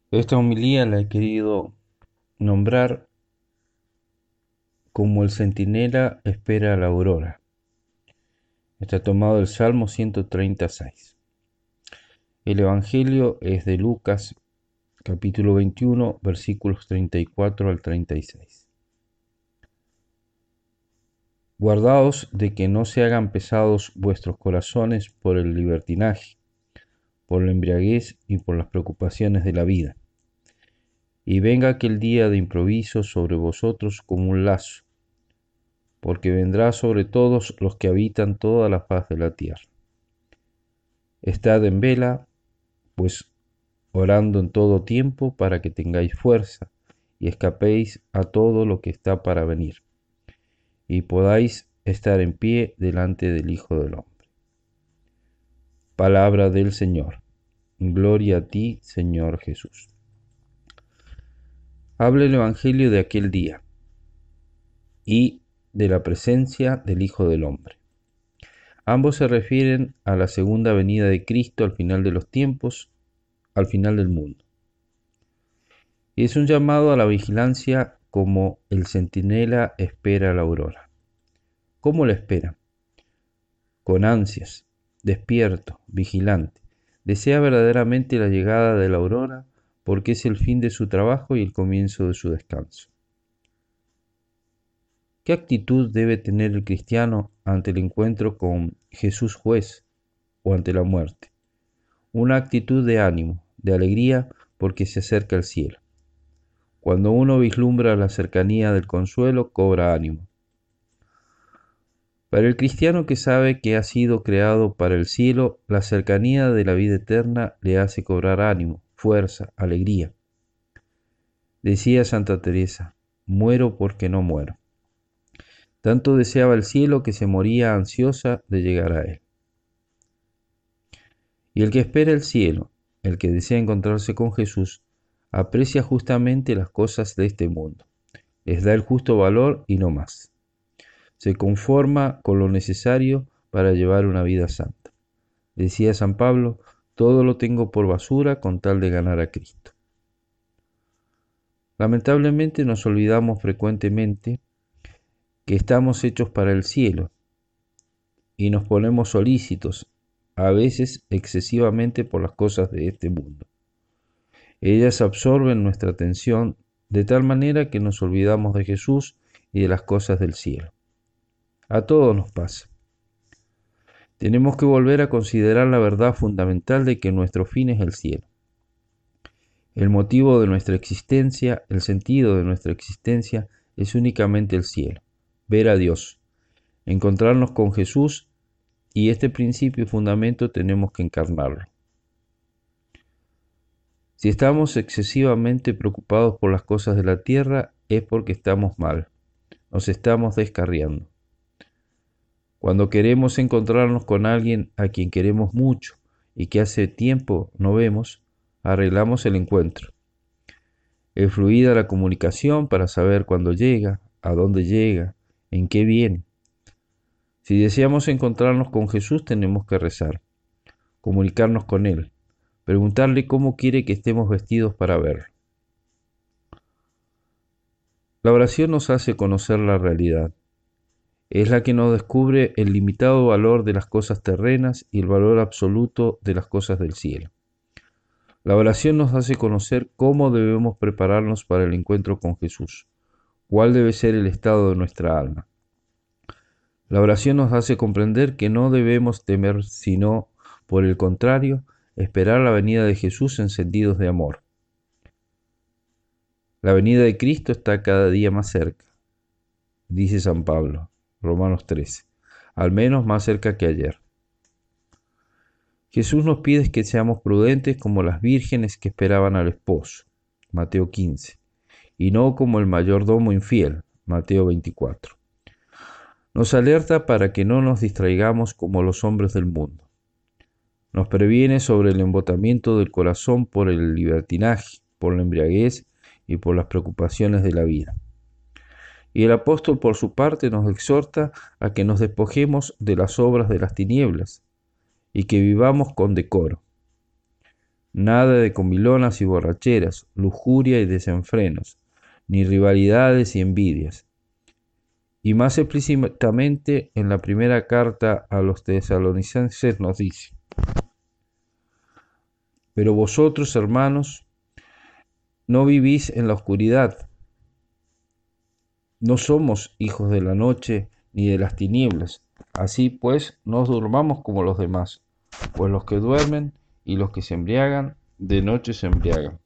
Esta homilía la he querido nombrar como el centinela espera a la aurora. Está tomado del Salmo 136. El Evangelio es de Lucas, capítulo 21, versículos 34 al 36. Guardaos de que no se hagan pesados vuestros corazones por el libertinaje, por la embriaguez y por las preocupaciones de la vida. Y venga aquel día de improviso sobre vosotros como un lazo, porque vendrá sobre todos los que habitan toda la faz de la tierra. Estad en vela, pues orando en todo tiempo para que tengáis fuerza y escapéis a todo lo que está para venir, y podáis estar en pie delante del Hijo del Hombre. Palabra del Señor. Gloria a ti, Señor Jesús. Habla el Evangelio de aquel día y de la presencia del Hijo del Hombre. Ambos se refieren a la segunda venida de Cristo al final de los tiempos, al final del mundo. Y es un llamado a la vigilancia como el centinela espera la aurora. ¿Cómo la espera? Con ansias, despierto, vigilante. Desea verdaderamente la llegada de la aurora porque es el fin de su trabajo y el comienzo de su descanso. ¿Qué actitud debe tener el cristiano ante el encuentro con Jesús juez o ante la muerte? Una actitud de ánimo, de alegría porque se acerca el cielo. Cuando uno vislumbra la cercanía del consuelo, cobra ánimo. Para el cristiano que sabe que ha sido creado para el cielo, la cercanía de la vida eterna le hace cobrar ánimo, fuerza, alegría. Decía Santa Teresa, muero porque no muero. Tanto deseaba el cielo que se moría ansiosa de llegar a él. Y el que espera el cielo, el que desea encontrarse con Jesús, aprecia justamente las cosas de este mundo. Les da el justo valor y no más. Se conforma con lo necesario para llevar una vida santa. Decía San Pablo, todo lo tengo por basura con tal de ganar a Cristo. Lamentablemente nos olvidamos frecuentemente que estamos hechos para el cielo y nos ponemos solícitos, a veces excesivamente por las cosas de este mundo. Ellas absorben nuestra atención de tal manera que nos olvidamos de Jesús y de las cosas del cielo. A todos nos pasa. Tenemos que volver a considerar la verdad fundamental de que nuestro fin es el cielo. El motivo de nuestra existencia, el sentido de nuestra existencia es únicamente el cielo, ver a Dios, encontrarnos con Jesús, y este principio y fundamento tenemos que encarnarlo. Si estamos excesivamente preocupados por las cosas de la tierra es porque estamos mal, nos estamos descarriando. Cuando queremos encontrarnos con alguien a quien queremos mucho y que hace tiempo no vemos, arreglamos el encuentro. Es fluida la comunicación para saber cuándo llega, a dónde llega, en qué viene. Si deseamos encontrarnos con Jesús tenemos que rezar, comunicarnos con Él, preguntarle cómo quiere que estemos vestidos para verlo. La oración nos hace conocer la realidad. Es la que nos descubre el limitado valor de las cosas terrenas y el valor absoluto de las cosas del cielo. La oración nos hace conocer cómo debemos prepararnos para el encuentro con Jesús, cuál debe ser el estado de nuestra alma. La oración nos hace comprender que no debemos temer, sino, por el contrario, esperar la venida de Jesús encendidos de amor. La venida de Cristo está cada día más cerca, dice San Pablo, Romanos 13, al menos más cerca que ayer. Jesús nos pide que seamos prudentes como las vírgenes que esperaban al esposo, Mateo 15, y no como el mayordomo infiel, Mateo 24. Nos alerta para que no nos distraigamos como los hombres del mundo. Nos previene sobre el embotamiento del corazón por el libertinaje, por la embriaguez y por las preocupaciones de la vida. Y el apóstol por su parte nos exhorta a que nos despojemos de las obras de las tinieblas y que vivamos con decoro. Nada de comilonas y borracheras, lujuria y desenfrenos, ni rivalidades y envidias. Y más explícitamente en la primera carta a los tesalonicenses nos dice: Pero vosotros, hermanos, no vivís en la oscuridad, no somos hijos de la noche ni de las tinieblas. Así pues, no durmamos como los demás, pues los que duermen y los que se embriagan, de noche se embriagan.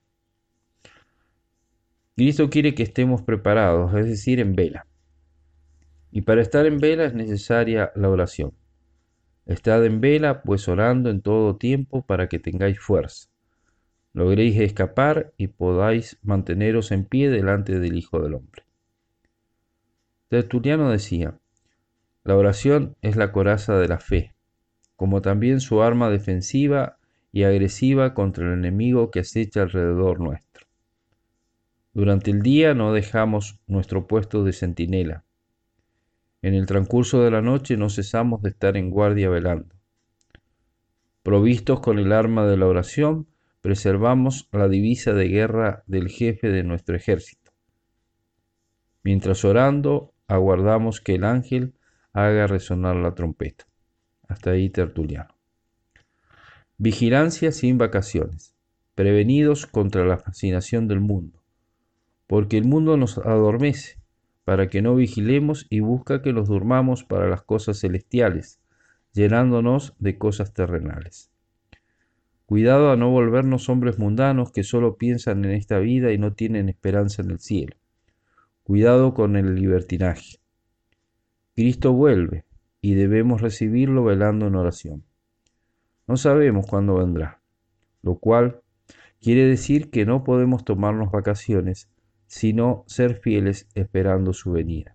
Cristo quiere que estemos preparados, es decir, en vela. Y para estar en vela es necesaria la oración. Estad en vela, pues orando en todo tiempo para que tengáis fuerza, logréis escapar y podáis manteneros en pie delante del Hijo del Hombre. Tertuliano decía: la oración es la coraza de la fe, como también su arma defensiva y agresiva contra el enemigo que acecha alrededor nuestro. Durante el día no dejamos nuestro puesto de centinela. En el transcurso de la noche no cesamos de estar en guardia velando. Provistos con el arma de la oración, preservamos la divisa de guerra del jefe de nuestro ejército. Mientras orando, aguardamos que el ángel haga resonar la trompeta. Hasta ahí Tertuliano. Vigilancia sin vacaciones, prevenidos contra la fascinación del mundo, porque el mundo nos adormece, para que no vigilemos y busca que nos durmamos para las cosas celestiales, llenándonos de cosas terrenales. Cuidado a no volvernos hombres mundanos que solo piensan en esta vida y no tienen esperanza en el cielo. Cuidado con el libertinaje. Cristo vuelve y debemos recibirlo velando en oración. No sabemos cuándo vendrá, lo cual quiere decir que no podemos tomarnos vacaciones, sino ser fieles esperando su venida.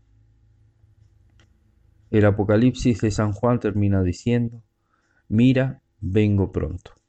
El Apocalipsis de San Juan termina diciendo: mira, vengo pronto.